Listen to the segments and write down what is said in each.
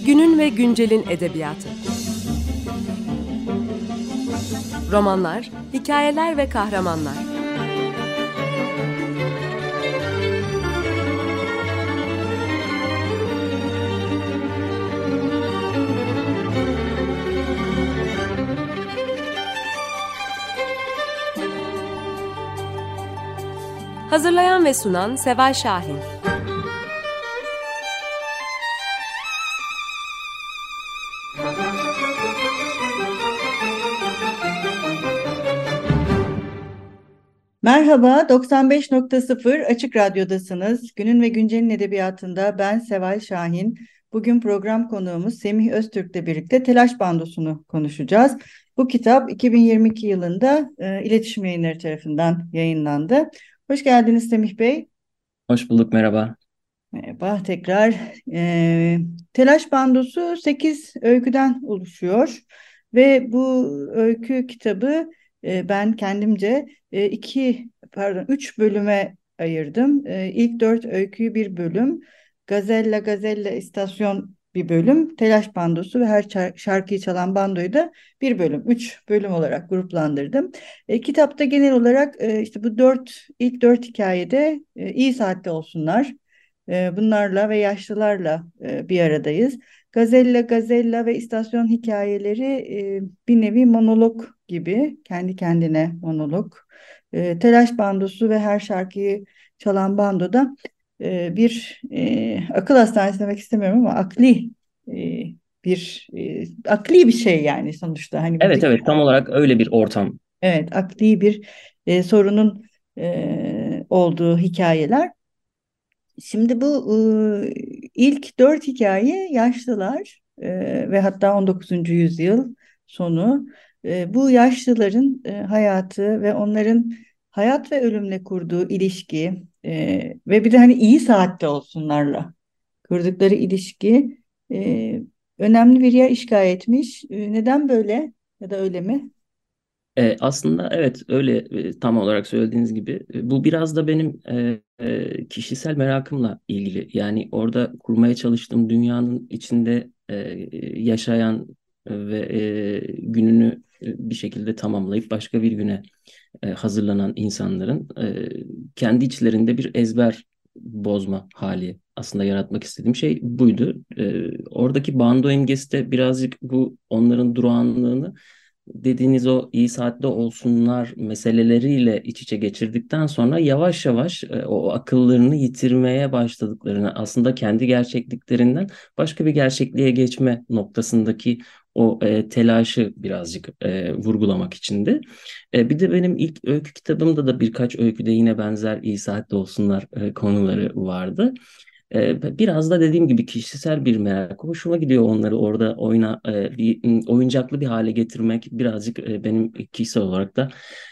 Günün ve güncelin edebiyatı. Romanlar, hikayeler ve kahramanlar. Hazırlayan ve sunan Seval Şahin. Merhaba, 95.0 Açık Radyo'dasınız. Günün ve Güncel'in edebiyatında ben Seval Şahin. Bugün program konuğumuz Semih Öztürk'le birlikte Telaş Bandosu'nu konuşacağız. Bu kitap 2022 yılında İletişim Yayınları tarafından yayınlandı. Hoş geldiniz Semih Bey. Hoş bulduk, merhaba. Merhaba tekrar. Telaş Bandosu 8 öyküden oluşuyor ve bu öykü kitabı ben kendimce 3 bölüme ayırdım. İlk 4 öyküyü bir bölüm, Gazella Gazella İstasyon bir bölüm, Telaş Bandosu ve her şarkıyı çalan bandoyu da bir bölüm, 3 bölüm olarak gruplandırdım. Kitapta genel olarak işte bu ilk dört hikayede iyi saatte olsunlar. Bunlarla ve yaşlılarla bir aradayız. Gazella Gazella ve istasyon hikayeleri bir nevi monolog gibi, kendi kendine monolog. Telaş bandosu ve her şarkıyı çalan bandoda akıl hastanesi demek istemiyorum ama akli bir şey yani sonuçta hani bu Evet, evet, tam olarak öyle bir ortam. evet, akli bir sorunun olduğu hikayeler. Şimdi bu ilk 4 hikaye yaşlılar ve hatta 19. yüzyıl sonu. Bu yaşlıların hayatı ve onların hayat ve ölümle kurduğu ilişki ve bir de hani iyi saatte olsunlarla kurdukları ilişki önemli bir yer işgal etmiş. Neden böyle ya da öyle mi? Aslında evet öyle, tam olarak söylediğiniz gibi. Bu biraz da benim kişisel merakımla ilgili. Yani orada kurmaya çalıştığım dünyanın içinde yaşayan ve gününü bir şekilde tamamlayıp başka bir güne hazırlanan insanların kendi içlerinde bir ezber bozma hali, aslında yaratmak istediğim şey buydu. Oradaki bando imgesi de birazcık bu onların durağanlığını dediğiniz o iyi saatte olsunlar meseleleriyle iç içe geçirdikten sonra yavaş yavaş o akıllarını yitirmeye başladıklarını, aslında kendi gerçekliklerinden başka bir gerçekliğe geçme noktasındaki o telaşı birazcık vurgulamak içindi. Bir de benim ilk öykü kitabımda da birkaç öyküde yine benzer iyi saatte olsunlar konuları vardı. Biraz da dediğim gibi kişisel bir merak. Hoşuma gidiyor onları orada oyuncaklı bir hale getirmek. Birazcık benim kişisel olarak da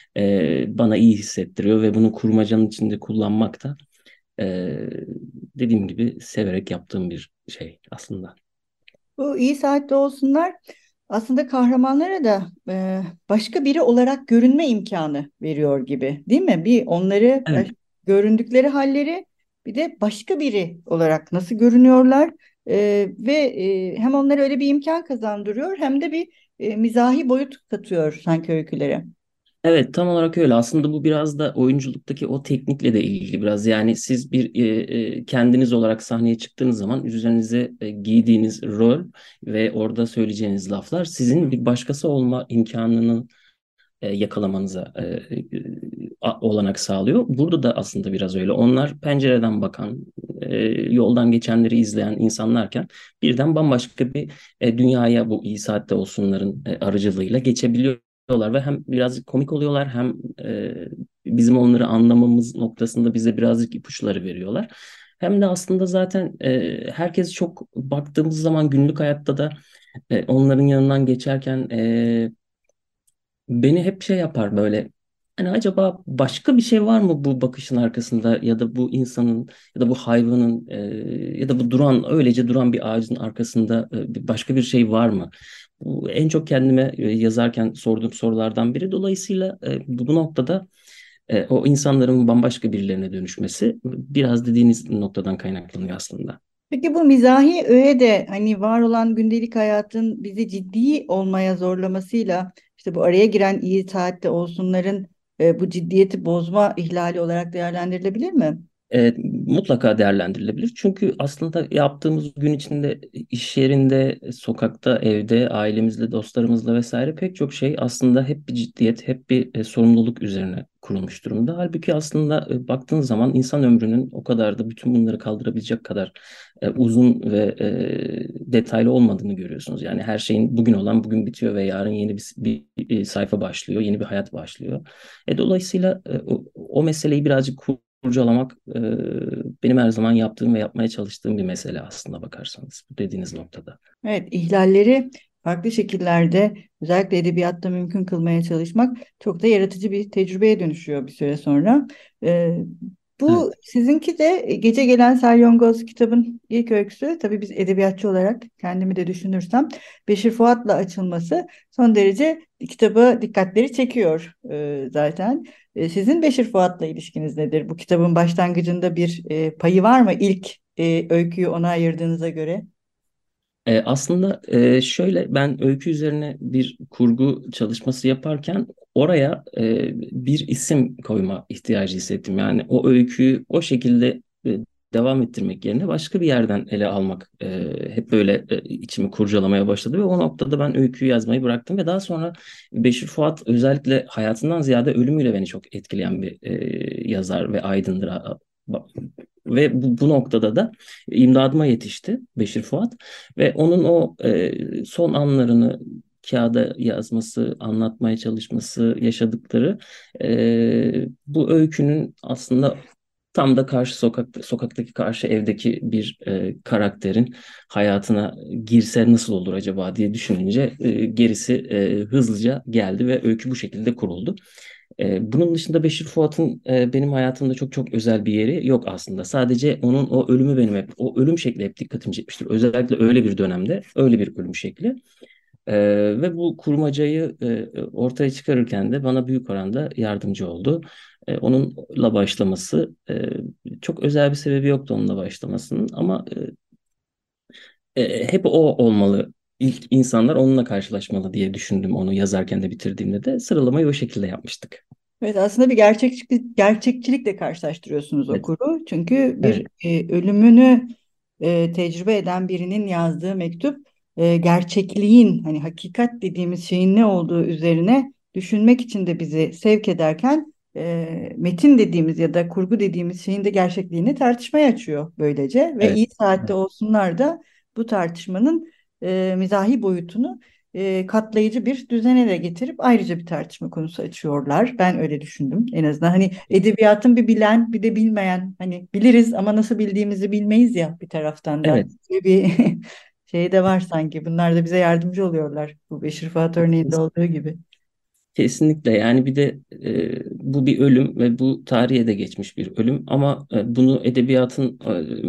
bana iyi hissettiriyor ve bunu kurmacanın içinde kullanmak da e, dediğim gibi severek yaptığım bir şey aslında. Bu iyi saatte olsunlar aslında kahramanlara da başka biri olarak görünme imkanı veriyor gibi, değil mi? Bir onları Evet. göründükleri halleri bir de başka biri olarak nasıl görünüyorlar ve hem onlara öyle bir imkan kazandırıyor hem de bir mizahi boyut katıyor sanki öykülere. Evet, tam olarak öyle. Aslında bu biraz da oyunculuktaki o teknikle de ilgili biraz. Yani siz kendiniz olarak sahneye çıktığınız zaman üzerinize giydiğiniz rol ve orada söyleyeceğiniz laflar sizin bir başkası olma imkanını yakalamanıza olanak sağlıyor. Burada da aslında biraz öyle. Onlar pencereden bakan, yoldan geçenleri izleyen insanlarken birden bambaşka bir dünyaya bu iyi saatte olsunların aracılığıyla geçebiliyorlar ve hem biraz komik oluyorlar hem bizim onları anlamamız noktasında bize birazcık ipuçları veriyorlar. Hem de aslında zaten herkes çok baktığımız zaman günlük hayatta da onların yanından geçerken beni hep şey yapar böyle. Hani acaba başka bir şey var mı bu bakışın arkasında ya da bu insanın ya da bu hayvanın ya da bu öylece duran bir ağacın arkasında başka bir şey var mı? Bu en çok kendime yazarken sorduğum sorulardan biri. Dolayısıyla bu noktada o insanların bambaşka birilerine dönüşmesi biraz dediğiniz noktadan kaynaklanıyor aslında. Peki bu mizahi öğe de hani var olan gündelik hayatın bizi ciddi olmaya zorlamasıyla işte bu araya giren iyi saatte olsunların bu ciddiyeti bozma ihlali olarak değerlendirilebilir mi? Mutlaka değerlendirilebilir. Çünkü aslında yaptığımız gün içinde iş yerinde, sokakta, evde, ailemizle, dostlarımızla vesaire pek çok şey aslında hep bir ciddiyet, hep bir sorumluluk üzerine kurulmuş durumda. Halbuki aslında baktığın zaman insan ömrünün o kadar da bütün bunları kaldırabilecek kadar uzun ve detaylı olmadığını görüyorsunuz. Yani her şeyin bugün olan bugün bitiyor ve yarın yeni bir sayfa başlıyor, yeni bir hayat başlıyor. Dolayısıyla o meseleyi birazcık kurcalamak benim her zaman yaptığım ve yapmaya çalıştığım bir mesele aslında bakarsanız bu dediğiniz noktada. Evet, ihlalleri farklı şekillerde özellikle edebiyatta mümkün kılmaya çalışmak çok da yaratıcı bir tecrübeye dönüşüyor bir süre sonra. Ee, Bu Evet. sizinki de Gece Gelen Salyangoz kitabın ilk öyküsü. Tabii biz edebiyatçı olarak kendimi de düşünürsem Beşir Fuat'la açılması son derece kitabı dikkatleri çekiyor zaten. Sizin Beşir Fuat'la ilişkiniz nedir? Bu kitabın başlangıcında bir payı var mı ilk öyküyü ona ayırdığınıza göre? Aslında şöyle ben öykü üzerine bir kurgu çalışması yaparken oraya bir isim koyma ihtiyacı hissettim. Yani o öyküyü o şekilde devam ettirmek yerine başka bir yerden ele almak hep böyle içimi kurcalamaya başladı ve o noktada ben öyküyü yazmayı bıraktım ve daha sonra Beşir Fuat özellikle hayatından ziyade ölümüyle beni çok etkileyen bir yazar ve aydındır. Ve bu noktada da imdadıma yetişti Beşir Fuat. Ve onun o son anlarını kağıda yazması, anlatmaya çalışması, yaşadıkları bu öykünün aslında tam da sokaktaki karşı evdeki bir karakterin hayatına girse nasıl olur acaba diye düşününce gerisi hızlıca geldi ve öykü bu şekilde kuruldu. Bunun dışında Beşir Fuat'ın benim hayatımda çok çok özel bir yeri yok aslında. Sadece onun o ölümü benim hep, o ölüm şekli hep dikkatimi çekmiştir. Özellikle öyle bir dönemde öyle bir ölüm şekli. Ve bu kurmacayı ortaya çıkarırken de bana büyük oranda yardımcı oldu. Onunla başlaması çok özel bir sebebi yoktu onunla başlamasının ama hep o olmalı. İlk insanlar onunla karşılaşmalı diye düşündüm onu yazarken de bitirdiğimde de sıralamayı o şekilde yapmıştık. Evet, aslında bir gerçekçilikle karşılaştırıyorsunuz Evet, okuru. Çünkü bir evet, ölümünü tecrübe eden birinin yazdığı mektup gerçekliğin hani hakikat dediğimiz şeyin ne olduğu üzerine düşünmek için de bizi sevk ederken metin dediğimiz ya da kurgu dediğimiz şeyin de gerçekliğini tartışmaya açıyor böylece ve evet. iyi saatte olsunlar da bu tartışmanın mizahi boyutunu katlayıcı bir düzene de getirip ayrıca bir tartışma konusu açıyorlar. Ben öyle düşündüm en azından. Hani edebiyatın bir bilen bir de bilmeyen hani biliriz ama nasıl bildiğimizi bilmeyiz ya bir taraftan da. Evet. Böyle bir şey de var sanki. Bunlar da bize yardımcı oluyorlar. Bu Beşir Fuat örneğinde olduğu gibi. Kesinlikle yani bir de bu bir ölüm ve bu tarihe de geçmiş bir ölüm ama bunu edebiyatın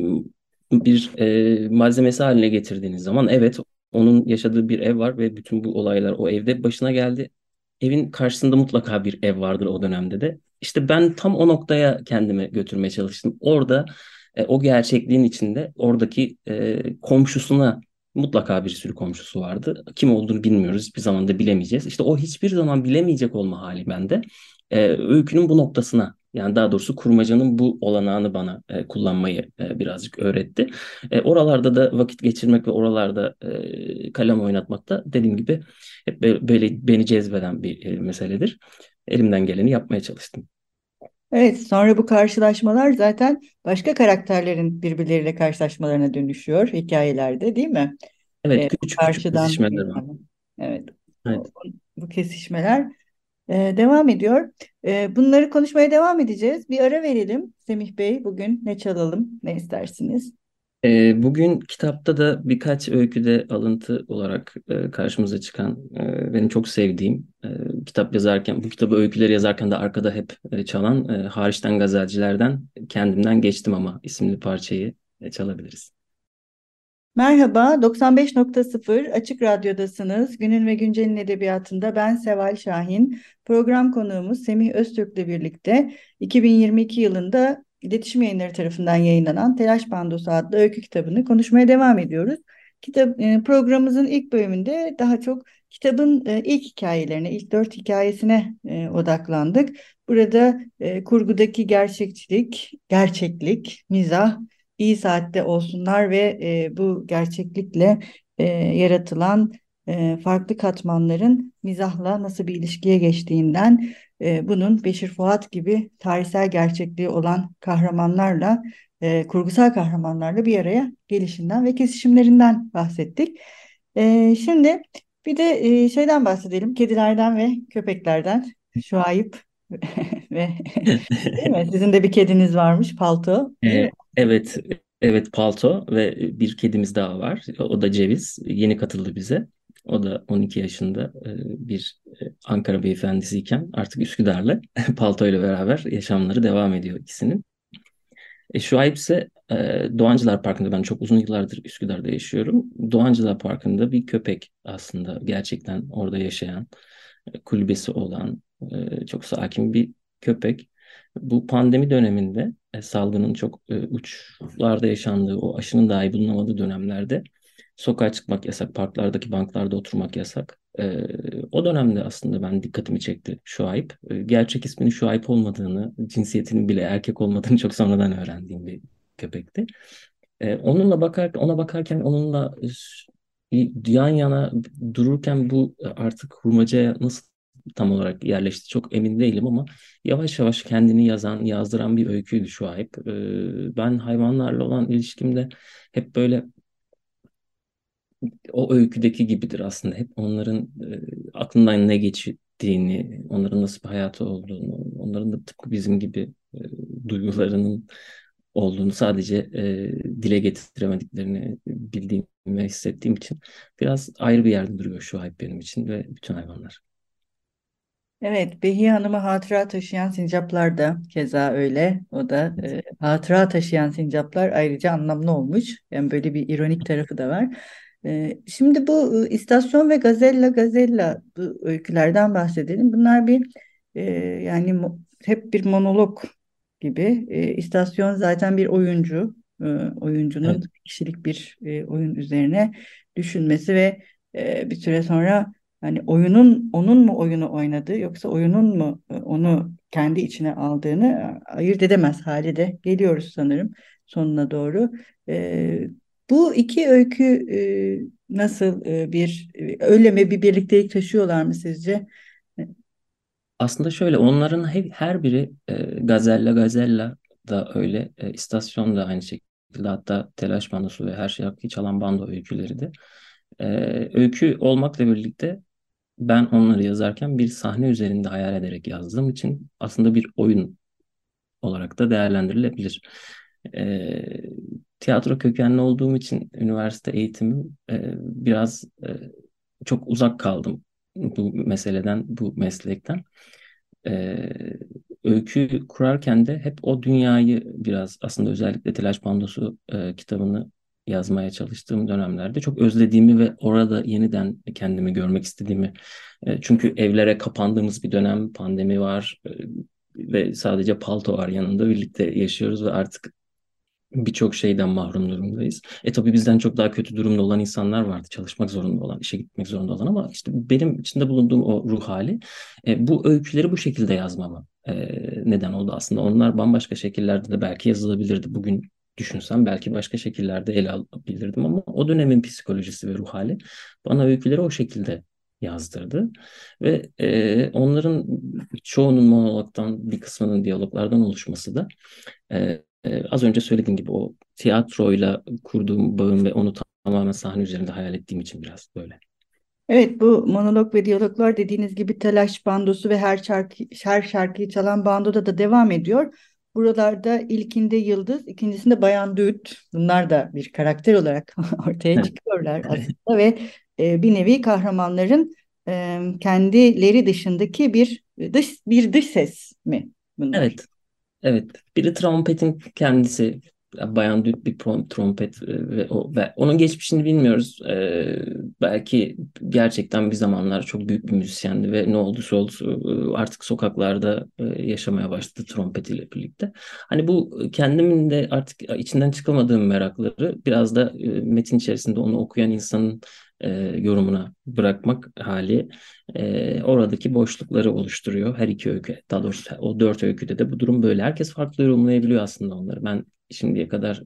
bir malzemesi haline getirdiğiniz zaman evet onun yaşadığı bir ev var ve bütün bu olaylar o evde başına geldi. Evin karşısında mutlaka bir ev vardır o dönemde de. İşte ben tam o noktaya kendime götürmeye çalıştım. Orada o gerçekliğin içinde oradaki komşusuna mutlaka bir sürü komşusu vardı. Kim olduğunu bilmiyoruz. Hiçbir zaman da bilemeyeceğiz. İşte o hiçbir zaman bilemeyecek olma hali bende. Öykünün bu noktasına yani daha doğrusu kurmacanın bu olanağını bana kullanmayı birazcık öğretti. Oralarda da vakit geçirmek ve oralarda kalem oynatmak da dediğim gibi hep böyle beni cezbeden bir meseledir. Elimden geleni yapmaya çalıştım. Evet, sonra bu karşılaşmalar zaten başka karakterlerin birbirleriyle karşılaşmalarına dönüşüyor hikayelerde, değil mi? Evet, küçük küçük Karşıdan kesişmeler var. insana. Evet, Evet. bu kesişmeler devam ediyor. Bunları konuşmaya devam edeceğiz. Bir ara verelim. Semih Bey, bugün ne çalalım, ne istersiniz? Bugün kitapta da birkaç öyküde alıntı olarak karşımıza çıkan benim çok sevdiğim kitap yazarken bu kitabı öyküleri yazarken de arkada hep çalan hariçten gazelcilerden kendimden geçtim ama isimli parçayı çalabiliriz. Merhaba, 95.0 Açık Radyo'dasınız. Günün ve Güncel'in edebiyatında ben Seval Şahin. Program konuğumuz Semih Öztürk'le birlikte 2022 yılında İletişim Yayınları tarafından yayınlanan Telaş Bandosu adlı öykü kitabını konuşmaya devam ediyoruz. Programımızın ilk bölümünde daha çok kitabın ilk hikayelerine, ilk 4 hikayesine odaklandık. Burada kurgudaki gerçeklik, mizah, iyi saatte olsunlar ve bu gerçeklikle yaratılan farklı katmanların mizahla nasıl bir ilişkiye geçtiğinden, bunun Beşir Fuat gibi tarihsel gerçekliği olan kahramanlarla, kurgusal kahramanlarla bir araya gelişinden ve kesişimlerinden bahsettik. Şimdi bir de şeyden bahsedelim, kedilerden ve köpeklerden. Şuayb ve değil mi? Sizin de bir kediniz varmış, Palto, değil mi? Evet, evet, Palto ve bir kedimiz daha var. O da Ceviz. Yeni katıldı bize. O da 12 yaşında bir Ankara beyefendisiyken artık Üsküdar'la Palto ile beraber yaşamları devam ediyor ikisinin. Şuayb ise Doğancılar Parkı'nda, ben çok uzun yıllardır Üsküdar'da yaşıyorum. Doğancılar Parkı'nda bir köpek aslında, gerçekten orada yaşayan, kulübesi olan, çok sakin bir köpek. Bu pandemi döneminde salgının çok uçlarda yaşandığı, o aşının dahi bulunamadığı dönemlerde sokağa çıkmak yasak, parklardaki banklarda oturmak yasak. O dönemde aslında ben dikkatimi çekti Şuayb. Gerçek isminin Şuayb olmadığını, cinsiyetinin bile erkek olmadığını çok sonradan öğrendiğim bir köpekti. Ona bakarken, onunla yan yana dururken bu artık kurmacaya nasıl tam olarak yerleşti çok emin değilim ama yavaş yavaş kendini yazdıran bir öyküydü Şuayb. Ben hayvanlarla olan ilişkimde hep böyle o öyküdeki gibidir aslında. Hep onların aklından ne geçtiğini, onların nasıl bir hayatı olduğunu, onların da tıpkı bizim gibi duygularının olduğunu sadece dile getiremediklerini bildiğim ve hissettiğim için biraz ayrı bir yerde duruyor şu hayat benim için ve bütün hayvanlar. Evet, Behiye Hanım'a hatıra taşıyan sincaplar da keza öyle. O da hatıra taşıyan sincaplar ayrıca anlamlı olmuş. Yani böyle bir ironik tarafı da var. Şimdi bu istasyon ve Gazella bu öykülerden bahsedelim. Bunlar bir yani hep bir monolog gibi. İstasyon zaten bir oyuncu. Oyuncunun Evet. kişilik bir oyun üzerine düşünmesi ve bir süre sonra hani oyunun onun mu oyunu oynadığı yoksa oyunun mu onu kendi içine aldığını ayırt edemez hale de geliyoruz sanırım sonuna doğru. E, Bu iki öykü nasıl öyle mi bir birliktelik taşıyorlar mı sizce? Aslında şöyle, onların her biri Gazella da öyle, istasyon da aynı şekilde, hatta Telaş Bandosu ve Her Şarkıyı Çalan Bando öyküleri de. E, Öykü olmakla birlikte ben onları yazarken bir sahne üzerinde hayal ederek yazdığım için aslında bir oyun olarak da değerlendirilebilir. E, Tiyatro kökenli olduğum için üniversite eğitimim biraz çok uzak kaldım bu meseleden, bu meslekten. Ee, Öykü kurarken de hep o dünyayı biraz, aslında özellikle Telaş Bandosu kitabını yazmaya çalıştığım dönemlerde çok özlediğimi ve orada yeniden kendimi görmek istediğimi, çünkü evlere kapandığımız bir dönem, pandemi var ve sadece Palto var yanında, birlikte yaşıyoruz ve artık birçok şeyden mahrum durumdayız. Tabii bizden çok daha kötü durumda olan insanlar vardı. Çalışmak zorunda olan, işe gitmek zorunda olan, ama işte benim içinde bulunduğum o ruh hali bu öyküleri bu şekilde yazmama neden oldu aslında. Onlar bambaşka şekillerde de belki yazılabilirdi. Bugün düşünsem belki başka şekillerde ele alabilirdim, ama o dönemin psikolojisi ve ruh hali bana öyküleri o şekilde yazdırdı. Ve onların çoğunun monologdan, bir kısmının diyaloglardan oluşması da az önce söylediğim gibi o tiyatroyla kurduğum bağım ve onu tamamen sahne üzerinde hayal ettiğim için biraz böyle. Evet, bu monolog ve diyaloglar dediğiniz gibi Telaş Bandosu ve her şarkıyı çalan bandoda da devam ediyor. Buralarda ilkinde Yıldız, ikincisinde Bayan Düğüt. Bunlar da bir karakter olarak ortaya Evet. çıkıyorlar aslında ve bir nevi kahramanların kendileri dışındaki bir dış ses mi bunlar? Evet, evet. Biri trompetin kendisi, Bayan Düt bir trompet ve onun geçmişini bilmiyoruz. Belki gerçekten bir zamanlar çok büyük bir müzisyendi ve ne olduysa olsun artık sokaklarda yaşamaya başladı trompetiyle birlikte. Hani bu kendimin de artık içinden çıkamadığım merakları biraz da metin içerisinde onu okuyan insanın yorumuna bırakmak hali oradaki boşlukları oluşturuyor. Her iki öykü, daha doğrusu o dört öyküde de bu durum böyle. Herkes farklı yorumlayabiliyor aslında onları. Ben şimdiye kadar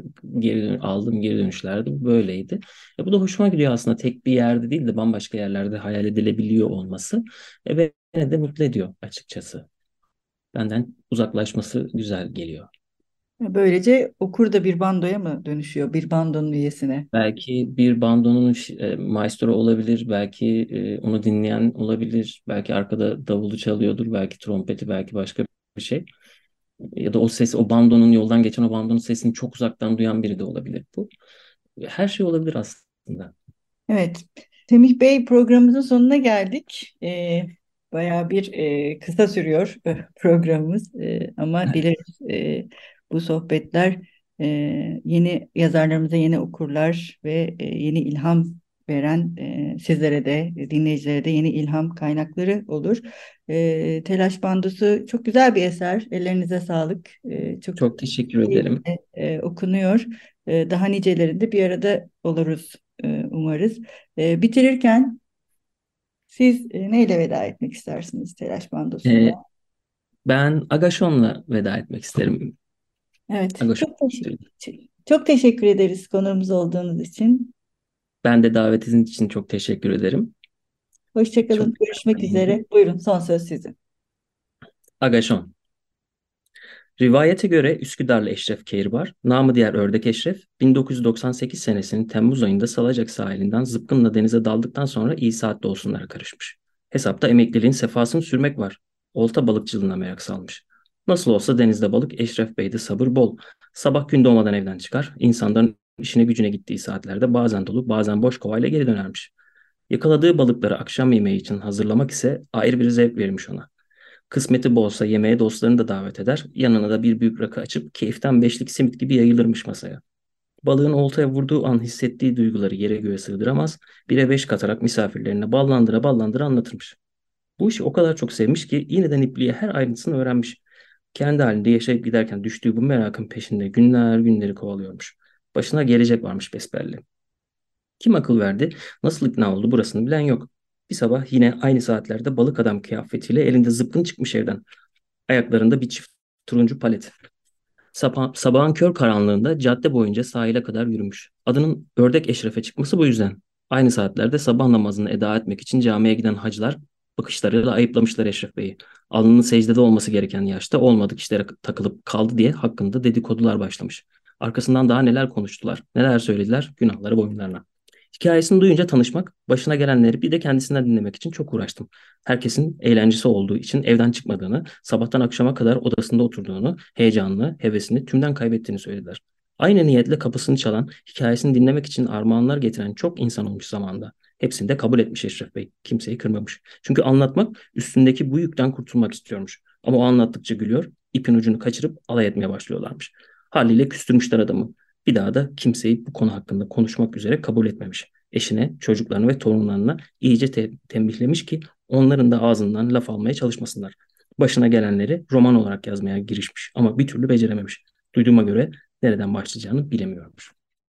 aldığım geri dönüşlerde bu böyleydi. Bu da hoşuma gidiyor aslında. Tek bir yerde değil de bambaşka yerlerde hayal edilebiliyor olması. Ve beni de mutlu ediyor açıkçası. Benden uzaklaşması güzel geliyor. Böylece okur da bir bandoya mı dönüşüyor, bir bandonun üyesine? Belki bir bandonun maestro olabilir, belki onu dinleyen olabilir, belki arkada davulu çalıyordur, belki trompeti, belki başka bir şey. Ya da o ses, o bandonun yoldan geçen o bandonun sesini çok uzaktan duyan biri de olabilir bu. Her şey olabilir aslında. Evet, Semih Bey, programımızın sonuna geldik. Bayağı bir kısa sürüyor programımız. Ama dileriz bu sohbetler yeni yazarlarımıza yeni okurlar ve yeni ilham veren sizlere de dinleyicilere de yeni ilham kaynakları olur. Telaş Bandosu çok güzel bir eser. Ellerinize sağlık. Çok Çok teşekkür ederim. keyifle okunuyor. Daha nicelerinde bir arada oluruz umarız. Bitirirken siz neyle veda etmek istersiniz Telaş Bandosu'nda? E, Ben Agaşon'la veda etmek isterim. Evet, Agaşon. çok teşekkür ederiz konuğumuz olduğunuz için. Ben de davetiniz için çok teşekkür ederim. Hoşça kalın, Çok görüşmek güzeldi. üzere. Buyurun, son söz sizin. Agaşon. Rivayete göre Üsküdarlı Eşref Keyirbar, namı diğer Ördek Eşref, 1998 senesinin Temmuz ayında Salacak sahilinden zıpkınla denize daldıktan sonra iyi saatte olsunlara karışmış. Hesapta emekliliğin sefasını sürmek var. Olta balıkçılığına merak salmış. Nasıl olsa denizde balık, Eşref Bey'de sabır bol. Sabah gün doğmadan evden çıkar, insanların işine gücüne gittiği saatlerde bazen dolu bazen boş kovayla geri dönermiş. Yakaladığı balıkları akşam yemeği için hazırlamak ise ayrı bir zevk vermiş ona. Kısmeti bolsa yemeğe dostlarını da davet eder. Yanına da bir büyük rakı açıp keyiften beşlik simit gibi yayılırmış masaya. Balığın oltaya vurduğu an hissettiği duyguları yere göğe sığdıramaz, bire beş katarak misafirlerine ballandıra ballandıra anlatırmış. Bu işi o kadar çok sevmiş ki yeniden ipliğe her ayrıntısını öğrenmiş. Kendi halinde yaşayıp giderken düştüğü bu merakın peşinde günler günleri kovalıyormuş. Başına gelecek varmış besbelli. Kim akıl verdi, nasıl ikna oldu burasını bilen yok. Bir sabah yine aynı saatlerde balık adam kıyafetiyle elinde zıpkın çıkmış evden. Ayaklarında bir çift turuncu palet. Sabahın kör karanlığında cadde boyunca sahile kadar yürümüş. Adının Ördek Eşref'e çıkması bu yüzden. Aynı saatlerde sabah namazını eda etmek için camiye giden hacılar bakışlarıyla ayıplamışlar Eşref Bey'i. Alnının secdede olması gereken yaşta olmadık işlere takılıp kaldı diye hakkında dedikodular başlamış. Arkasından daha neler konuştular, neler söylediler günahları boyunlarına. Hikayesini duyunca tanışmak, başına gelenleri bir de kendisinden dinlemek için çok uğraştım. Herkesin eğlencesi olduğu için evden çıkmadığını, sabahtan akşama kadar odasında oturduğunu, heyecanını, hevesini tümden kaybettiğini söylediler. Aynı niyetle kapısını çalan, hikayesini dinlemek için armağanlar getiren çok insan olmuş zamanda. Hepsini de kabul etmiş Eşref Bey. Kimseyi kırmamış. Çünkü anlatmak üstündeki bu yükten kurtulmak istiyormuş. Ama o anlattıkça gülüyor, ipin ucunu kaçırıp alay etmeye başlıyorlarmış. Haliyle küstürmüşler adamı. Bir daha da kimseyi bu konu hakkında konuşmak üzere kabul etmemiş. Eşine, çocuklarına ve torunlarına iyice tembihlemiş ki onların da ağzından laf almaya çalışmasınlar. Başına gelenleri roman olarak yazmaya girişmiş ama bir türlü becerememiş. Duyduğuma göre nereden başlayacağını bilemiyormuş.